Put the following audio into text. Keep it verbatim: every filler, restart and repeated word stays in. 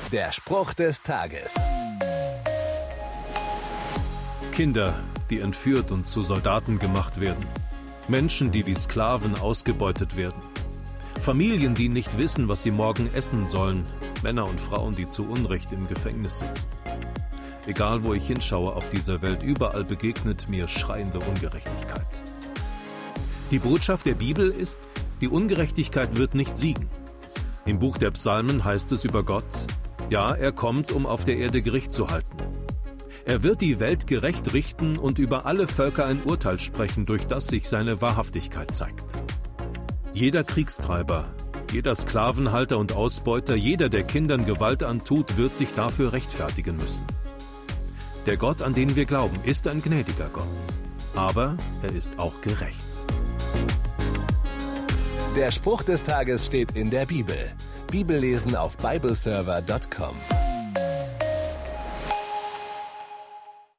Der Spruch des Tages. Kinder, die entführt und zu Soldaten gemacht werden. Menschen, die wie Sklaven ausgebeutet werden. Familien, die nicht wissen, was sie morgen essen sollen. Männer und Frauen, die zu Unrecht im Gefängnis sitzen. Egal, wo ich hinschaue auf dieser Welt, überall begegnet mir schreiende Ungerechtigkeit. Die Botschaft der Bibel ist, die Ungerechtigkeit wird nicht siegen. Im Buch der Psalmen heißt es über Gott, ja, er kommt, um auf der Erde Gericht zu halten. Er wird die Welt gerecht richten und über alle Völker ein Urteil sprechen, durch das sich seine Wahrhaftigkeit zeigt. Jeder Kriegstreiber, jeder Sklavenhalter und Ausbeuter, jeder, der Kindern Gewalt antut, wird sich dafür rechtfertigen müssen. Der Gott, an den wir glauben, ist ein gnädiger Gott, aber er ist auch gerecht. Der Spruch des Tages steht in der Bibel. Bibellesen auf bibleserver punkt com.